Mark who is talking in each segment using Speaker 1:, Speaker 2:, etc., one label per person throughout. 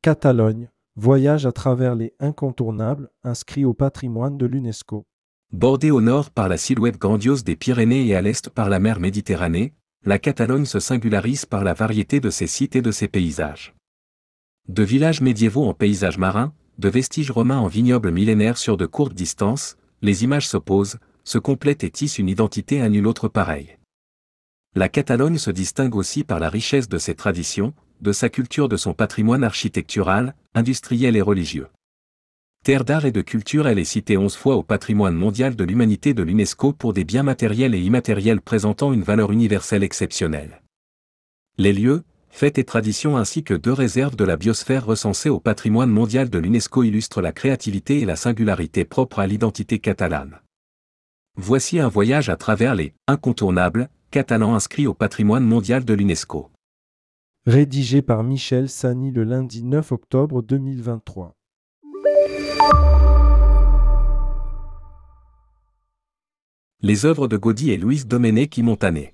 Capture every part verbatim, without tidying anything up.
Speaker 1: Catalogne, voyage à travers les incontournables inscrits au patrimoine de l'UNESCO.
Speaker 2: Bordée au nord par la silhouette grandiose des Pyrénées et à l'est par la mer Méditerranée, la Catalogne se singularise par la variété de ses sites et de ses paysages. De villages médiévaux en paysages marins, de vestiges romains en vignobles millénaires sur de courtes distances, les images s'opposent, se complètent et tissent une identité à nulle autre pareille. La Catalogne se distingue aussi par la richesse de ses traditions, de sa culture, de son patrimoine architectural, industriel et religieux. Terre d'art et de culture, elle est citée onze fois au patrimoine mondial de l'humanité de l'UNESCO pour des biens matériels et immatériels présentant une valeur universelle exceptionnelle. Les lieux, fêtes et traditions ainsi que deux réserves de la biosphère recensées au patrimoine mondial de l'UNESCO illustrent la créativité et la singularité propre à l'identité catalane. Voici un voyage à travers les incontournables catalans inscrits au patrimoine mondial de l'UNESCO.
Speaker 1: Rédigé par Michel Sani le lundi neuf octobre deux mille vingt-trois.
Speaker 2: Les œuvres de Gaudí et Luis Domènech y Montaner.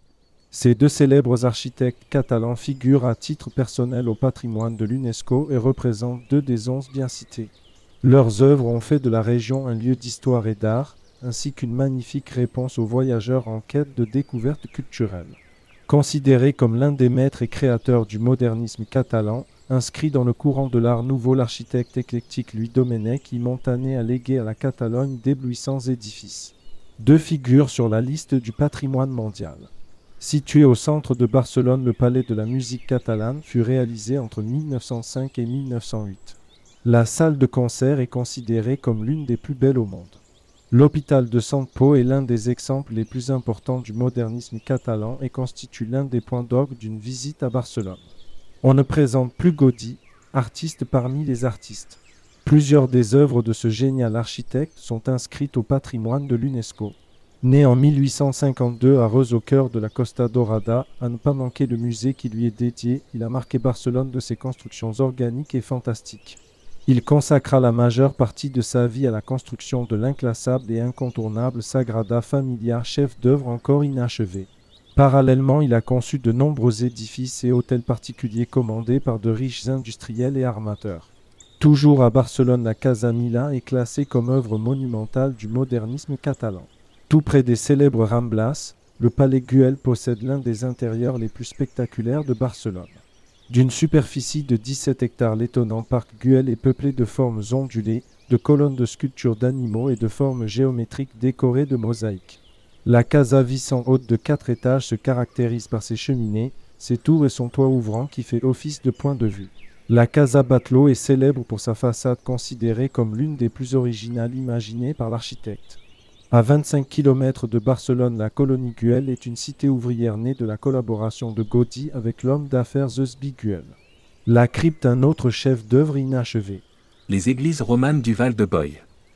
Speaker 1: Ces deux célèbres architectes catalans figurent à titre personnel au patrimoine de l'UNESCO et représentent deux des onze bien cités. Leurs œuvres ont fait de la région un lieu d'histoire et d'art, ainsi qu'une magnifique réponse aux voyageurs en quête de découvertes culturelles. Considéré comme l'un des maîtres et créateurs du modernisme catalan, inscrit dans le courant de l'art nouveau, l'architecte éclectique Luis Domènech y Montaner a légué à la Catalogne d'éblouissants édifices. Deux figures sur la liste du patrimoine mondial. Situé au centre de Barcelone, le Palais de la musique catalane fut réalisé entre mille neuf cent cinq et mille neuf cent huit. La salle de concert est considérée comme l'une des plus belles au monde. L'hôpital de Sant Pau est l'un des exemples les plus importants du modernisme catalan et constitue l'un des points d'orgue d'une visite à Barcelone. On ne présente plus Gaudí, artiste parmi les artistes. Plusieurs des œuvres de ce génial architecte sont inscrites au patrimoine de l'UNESCO. Né en mille huit cent cinquante-deux à Reus au cœur de la Costa Dorada, à ne pas manquer le musée qui lui est dédié, il a marqué Barcelone de ses constructions organiques et fantastiques. Il consacra la majeure partie de sa vie à la construction de l'inclassable et incontournable Sagrada Familia, chef d'œuvre encore inachevé. Parallèlement, il a conçu de nombreux édifices et hôtels particuliers commandés par de riches industriels et armateurs. Toujours à Barcelone, la Casa Milà est classée comme œuvre monumentale du modernisme catalan. Tout près des célèbres Ramblas, le Palais Güell possède l'un des intérieurs les plus spectaculaires de Barcelone. D'une superficie de dix-sept hectares, l'étonnant parc Güell est peuplé de formes ondulées, de colonnes de sculptures d'animaux et de formes géométriques décorées de mosaïques. La Casa Vicent, haute de quatre étages, se caractérise par ses cheminées, ses tours et son toit ouvrant qui fait office de point de vue. La Casa Batlló est célèbre pour sa façade considérée comme l'une des plus originales imaginées par l'architecte. À vingt-cinq kilomètres de Barcelone, la colonie Güell est une cité ouvrière née de la collaboration de Gaudí avec l'homme d'affaires Eusbi Güell. La crypte, un autre chef-d'œuvre inachevé.
Speaker 2: Les églises romanes du Val de Boye.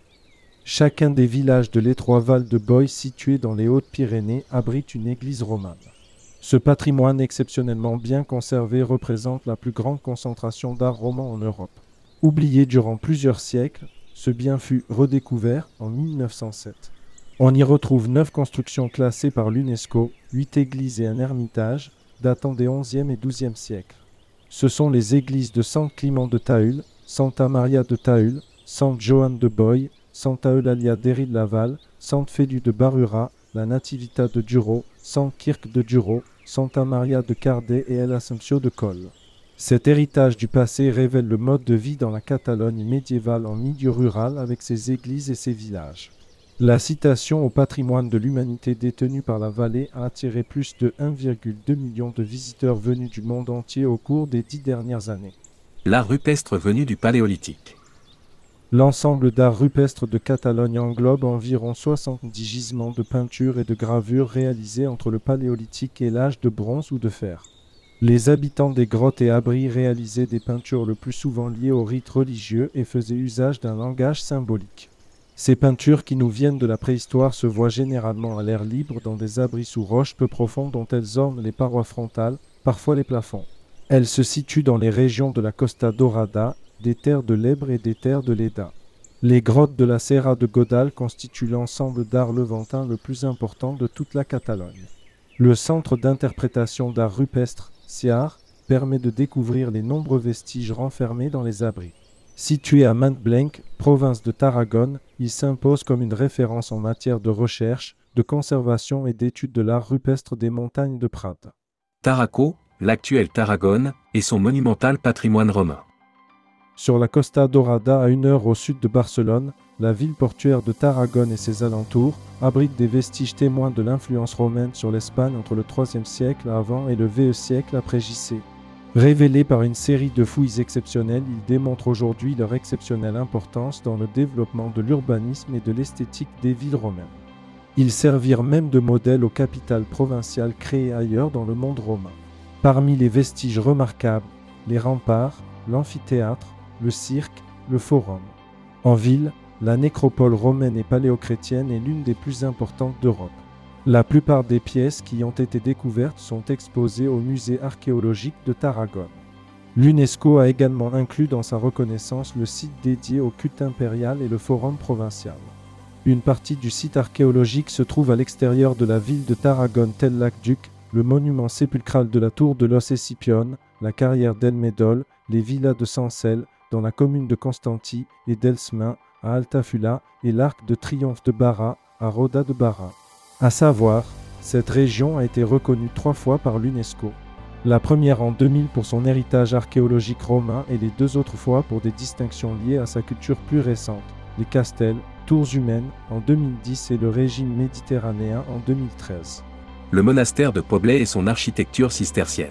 Speaker 1: Chacun des villages de l'étroit Val de Boye situé dans les Hautes-Pyrénées abrite une église romane. Ce patrimoine exceptionnellement bien conservé représente la plus grande concentration d'art roman en Europe. Oublié durant plusieurs siècles, ce bien fut redécouvert en mille neuf cent sept. On y retrouve neuf constructions classées par l'UNESCO, huit églises et un ermitage, datant des onzième et douzième siècles. Ce sont les églises de Sant Climent de Taül, Santa Maria de Taül, Sant Joan de Boye, Santa Eulalia d'Eri-Laval, Sant Feliu de Barura, la Nativita de Duro, Sant Kirk de Duro, Santa Maria de Cardet et El Ascencio de Coll. Cet héritage du passé révèle le mode de vie dans la Catalogne médiévale en milieu rural avec ses églises et ses villages. La citation au patrimoine de l'humanité détenue par la vallée a attiré plus de un virgule deux million de visiteurs venus du monde entier au cours des dix dernières années.
Speaker 2: L'art rupestre venu du Paléolithique.
Speaker 1: L'ensemble d'art rupestre de Catalogne englobe environ soixante-dix gisements de peinture et de gravure réalisés entre le Paléolithique et l'âge de bronze ou de fer. Les habitants des grottes et abris réalisaient des peintures le plus souvent liées aux rites religieux et faisaient usage d'un langage symbolique. Ces peintures qui nous viennent de la préhistoire se voient généralement à l'air libre dans des abris sous roches peu profonds dont elles ornent les parois frontales, parfois les plafonds. Elles se situent dans les régions de la Costa Dorada, des terres de l'Ebre et des terres de l'Eda. Les grottes de la Serra de Godall constituent l'ensemble d'art levantin le plus important de toute la Catalogne. Le centre d'interprétation d'art rupestre, C I A R, permet de découvrir les nombreux vestiges renfermés dans les abris. Situé à Montblanc, province de Tarragone, il s'impose comme une référence en matière de recherche, de conservation et d'étude de l'art rupestre des montagnes de Prades.
Speaker 2: Taraco, l'actuelle Tarragone, et son monumental patrimoine romain.
Speaker 1: Sur la Costa Dorada, à une heure au sud de Barcelone, la ville portuaire de Tarragone et ses alentours abrite des vestiges témoins de l'influence romaine sur l'Espagne entre le troisième siècle avant et le vingt siècle après J C. Révélés par une série de fouilles exceptionnelles, ils démontrent aujourd'hui leur exceptionnelle importance dans le développement de l'urbanisme et de l'esthétique des villes romaines. Ils servirent même de modèle aux capitales provinciales créées ailleurs dans le monde romain. Parmi les vestiges remarquables, les remparts, l'amphithéâtre, le cirque, le forum. En ville, la nécropole romaine et paléochrétienne est l'une des plus importantes d'Europe. La plupart des pièces qui ont été découvertes sont exposées au musée archéologique de Tarragone. L'UNESCO a également inclus dans sa reconnaissance le site dédié au culte impérial et le forum provincial. Une partie du site archéologique se trouve à l'extérieur de la ville de Tarragone tel l'aqueduc, le monument sépulcral de la tour de Los Escipione, la carrière d'El Médol, les villas de Sancelles, dans la commune de Constanti et d'Elsmin, à Altafula, et l'arc de triomphe de Barra, à Roda de Barra. À savoir, cette région a été reconnue trois fois par l'UNESCO. La première en deux mille pour son héritage archéologique romain et les deux autres fois pour des distinctions liées à sa culture plus récente, les castels, tours humaines en deux mille dix et le régime méditerranéen en deux mille treize.
Speaker 2: Le monastère de Poblet et son architecture cistercienne.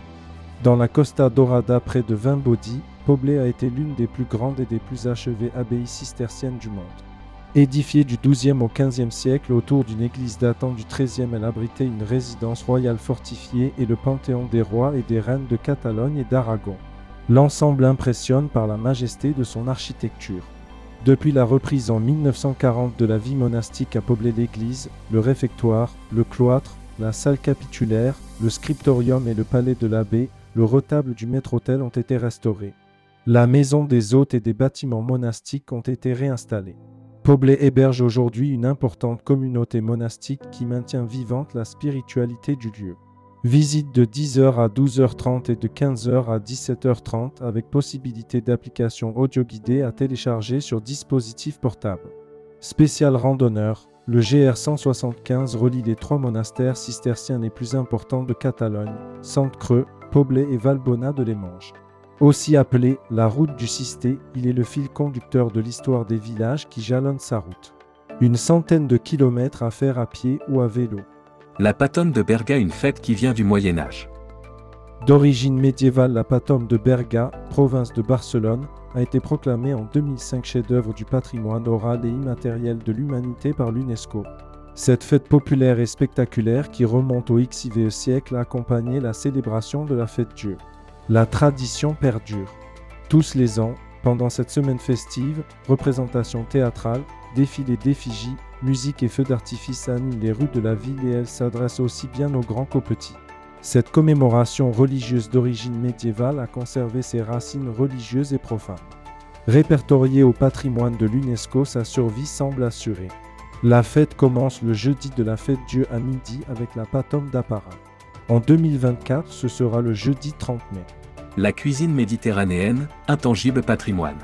Speaker 1: Dans la Costa Dorada près de Vimbodi, Poblet a été l'une des plus grandes et des plus achevées abbayes cisterciennes du monde. Édifiée du douzième au quinzième siècle autour d'une église datant du treizième, elle abritait une résidence royale fortifiée et le panthéon des rois et des reines de Catalogne et d'Aragon. L'ensemble impressionne par la majesté de son architecture. Depuis la reprise en mille neuf cent quarante de la vie monastique à Poblet-l'Église, le réfectoire, le cloître, la salle capitulaire, le scriptorium et le palais de l'abbé, le retable du maître-autel ont été restaurés. La maison des hôtes et des bâtiments monastiques ont été réinstallés. Poblet héberge aujourd'hui une importante communauté monastique qui maintient vivante la spiritualité du lieu. Visite de dix heures à douze heures trente et de quinze heures à dix-sept heures trente avec possibilité d'application audio guidée à télécharger sur dispositif portable. Spécial randonneur, le G R cent soixante-quinze relie les trois monastères cisterciens les plus importants de Catalogne, Sante-Creux, Poblet et Valbona de Lemange. Aussi appelé la route du Sisté, il est le fil conducteur de l'histoire des villages qui jalonnent sa route. Une centaine de kilomètres à faire à pied ou à vélo.
Speaker 2: La Patome de Berga, une fête qui vient du Moyen-Âge.
Speaker 1: D'origine médiévale, la Patome de Berga, province de Barcelone, a été proclamée en deux mille cinq chef-d'œuvre du patrimoine oral et immatériel de l'humanité par l'UNESCO. Cette fête populaire et spectaculaire qui remonte au Xe siècle a accompagné la célébration de la fête Dieu. La tradition perdure. Tous les ans, pendant cette semaine festive, représentations théâtrales, défilés d'effigies, musique et feux d'artifice animent les rues de la ville et elle s'adresse aussi bien aux grands qu'aux petits. Cette commémoration religieuse d'origine médiévale a conservé ses racines religieuses et profanes. Répertoriée au patrimoine de l'UNESCO, sa survie semble assurée. La fête commence le jeudi de la fête Dieu à midi avec la Patome d'Apara. En deux mille vingt-quatre, ce sera le jeudi trente mai.
Speaker 2: La cuisine méditerranéenne, intangible patrimoine.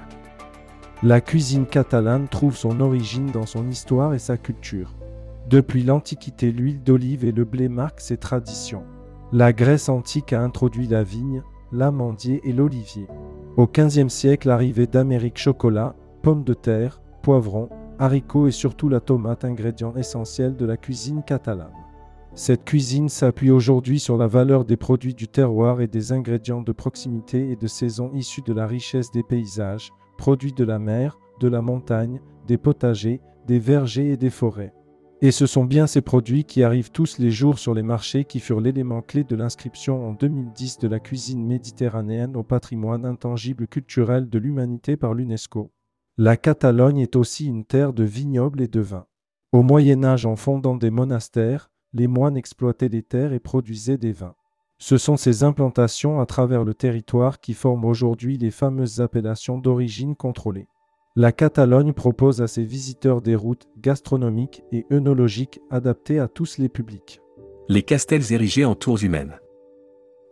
Speaker 1: La cuisine catalane trouve son origine dans son histoire et sa culture. Depuis l'Antiquité, l'huile d'olive et le blé marquent ses traditions. La Grèce antique a introduit la vigne, l'amandier et l'olivier. Au quinzième siècle, l'arrivée d'Amérique chocolat, pommes de terre, poivrons, haricots et surtout la tomate, ingrédient essentiel de la cuisine catalane. Cette cuisine s'appuie aujourd'hui sur la valeur des produits du terroir et des ingrédients de proximité et de saison issus de la richesse des paysages, produits de la mer, de la montagne, des potagers, des vergers et des forêts. Et ce sont bien ces produits qui arrivent tous les jours sur les marchés qui furent l'élément clé de l'inscription en deux mille dix de la cuisine méditerranéenne au patrimoine intangible culturel de l'humanité par l'UNESCO. La Catalogne est aussi une terre de vignobles et de vins. Au Moyen-Âge, en fondant des monastères, les moines exploitaient les terres et produisaient des vins. Ce sont ces implantations à travers le territoire qui forment aujourd'hui les fameuses appellations d'origine contrôlée. La Catalogne propose à ses visiteurs des routes gastronomiques et œnologiques adaptées à tous les publics.
Speaker 2: Les castels érigés en tours humaines.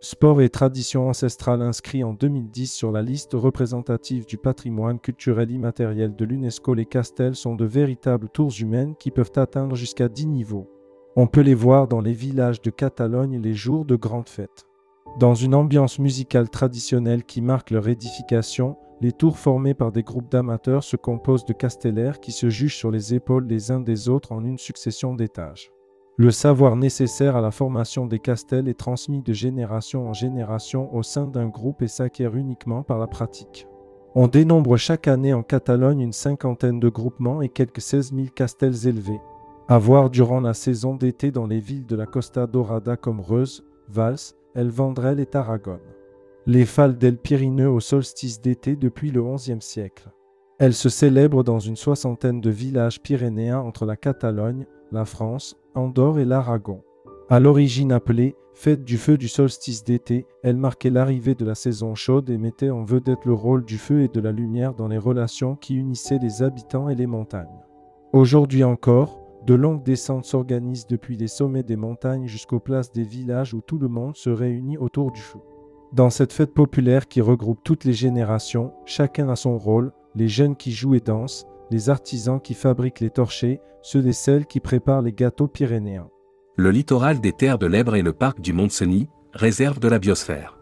Speaker 1: Sport et tradition ancestrale inscrits en deux mille dix sur la liste représentative du patrimoine culturel immatériel de l'UNESCO. Les castels sont de véritables tours humaines qui peuvent atteindre jusqu'à dix niveaux. On peut les voir dans les villages de Catalogne les jours de grandes fêtes. Dans une ambiance musicale traditionnelle qui marque leur édification, les tours formées par des groupes d'amateurs se composent de castellaires qui se jugent sur les épaules les uns des autres en une succession d'étages. Le savoir nécessaire à la formation des castels est transmis de génération en génération au sein d'un groupe et s'acquiert uniquement par la pratique. On dénombre chaque année en Catalogne une cinquantaine de groupements et quelques seize mille castels élevés. À voir durant la saison d'été dans les villes de la Costa Dorada comme Reus, Valls, El Vendrell et Tarragone. Les Falles del Pirineu au solstice d'été depuis le onzième siècle. Elles se célèbrent dans une soixantaine de villages pyrénéens entre la Catalogne, la France, Andorre et l'Aragon. À l'origine appelée « Fête du feu du solstice d'été », elle marquait l'arrivée de la saison chaude et mettait en vedette le rôle du feu et de la lumière dans les relations qui unissaient les habitants et les montagnes. Aujourd'hui encore, de longues descentes s'organisent depuis les sommets des montagnes jusqu'aux places des villages où tout le monde se réunit autour du feu. Dans cette fête populaire qui regroupe toutes les générations, chacun a son rôle, les jeunes qui jouent et dansent, les artisans qui fabriquent les torchers, ceux et celles qui préparent les gâteaux pyrénéens.
Speaker 2: Le littoral des terres de l'Èbre et le parc du Mont-Cenis, réserve de la biosphère.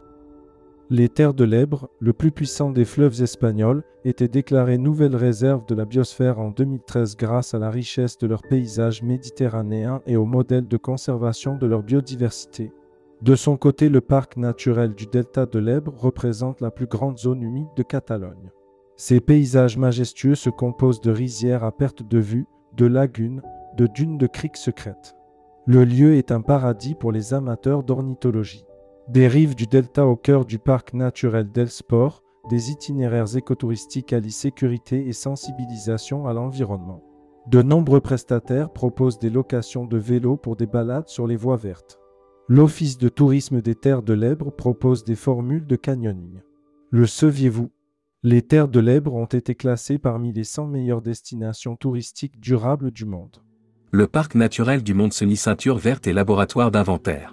Speaker 1: Les terres de l'Èbre, le plus puissant des fleuves espagnols, étaient déclarées nouvelle réserve de la biosphère en deux mille treize grâce à la richesse de leurs paysages méditerranéens et au modèle de conservation de leur biodiversité. De son côté, le parc naturel du delta de l'Èbre représente la plus grande zone humide de Catalogne. Ces paysages majestueux se composent de rizières à perte de vue, de lagunes, de dunes de criques secrètes. Le lieu est un paradis pour les amateurs d'ornithologie. Des rives du delta au cœur du parc naturel d'Elsport, des itinéraires écotouristiques allient sécurité et sensibilisation à l'environnement. De nombreux prestataires proposent des locations de vélos pour des balades sur les voies vertes. L'Office de tourisme des terres de l'Èbre propose des formules de canyoning. Le saviez-vous ? Les terres de l'Èbre ont été classées parmi les cent meilleures destinations touristiques durables du monde.
Speaker 2: Le parc naturel du Mont-Cenis ceinture verte et laboratoire d'inventaire.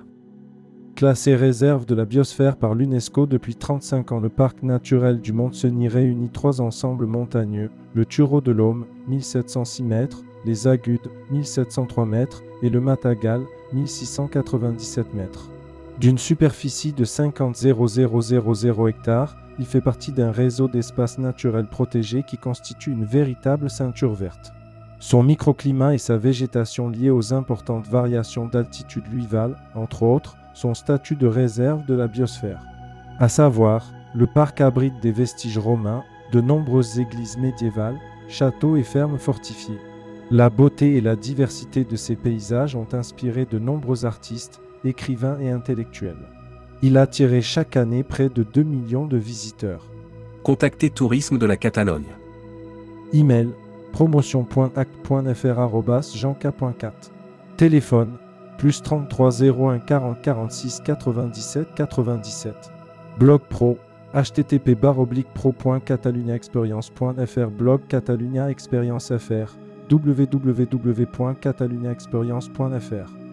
Speaker 1: Classé réserve de la biosphère par l'UNESCO depuis trente-cinq ans, le parc naturel du Mont-Cenis réunit trois ensembles montagneux, le Turó de l'Aume, mille sept cent six mètres, les Agudes, mille sept cent trois mètres, et le Matagal, mille six cent quatre-vingt-dix-sept mètres. D'une superficie de cinquante mille hectares, il fait partie d'un réseau d'espaces naturels protégés qui constitue une véritable ceinture verte. Son microclimat et sa végétation liée aux importantes variations d'altitude luivale, entre autres, son statut de réserve de la biosphère. À savoir, le parc abrite des vestiges romains, de nombreuses églises médiévales, châteaux et fermes fortifiées. La beauté et la diversité de ces paysages ont inspiré de nombreux artistes, écrivains et intellectuels. Il a attiré chaque année près de deux millions de visiteurs.
Speaker 2: Contactez Tourisme de la Catalogne.
Speaker 1: Email promotion point act point f r arobase janka point cat. Téléphone plus trente-trois zéro un quarante quarante-six quatre-vingt-dix-sept quatre-vingt-dix-sept. Blog pro h t t p barre oblique pro point catalunya experience point f r. Blog Catalunya Experience F R w w w point catalunya experience point f r.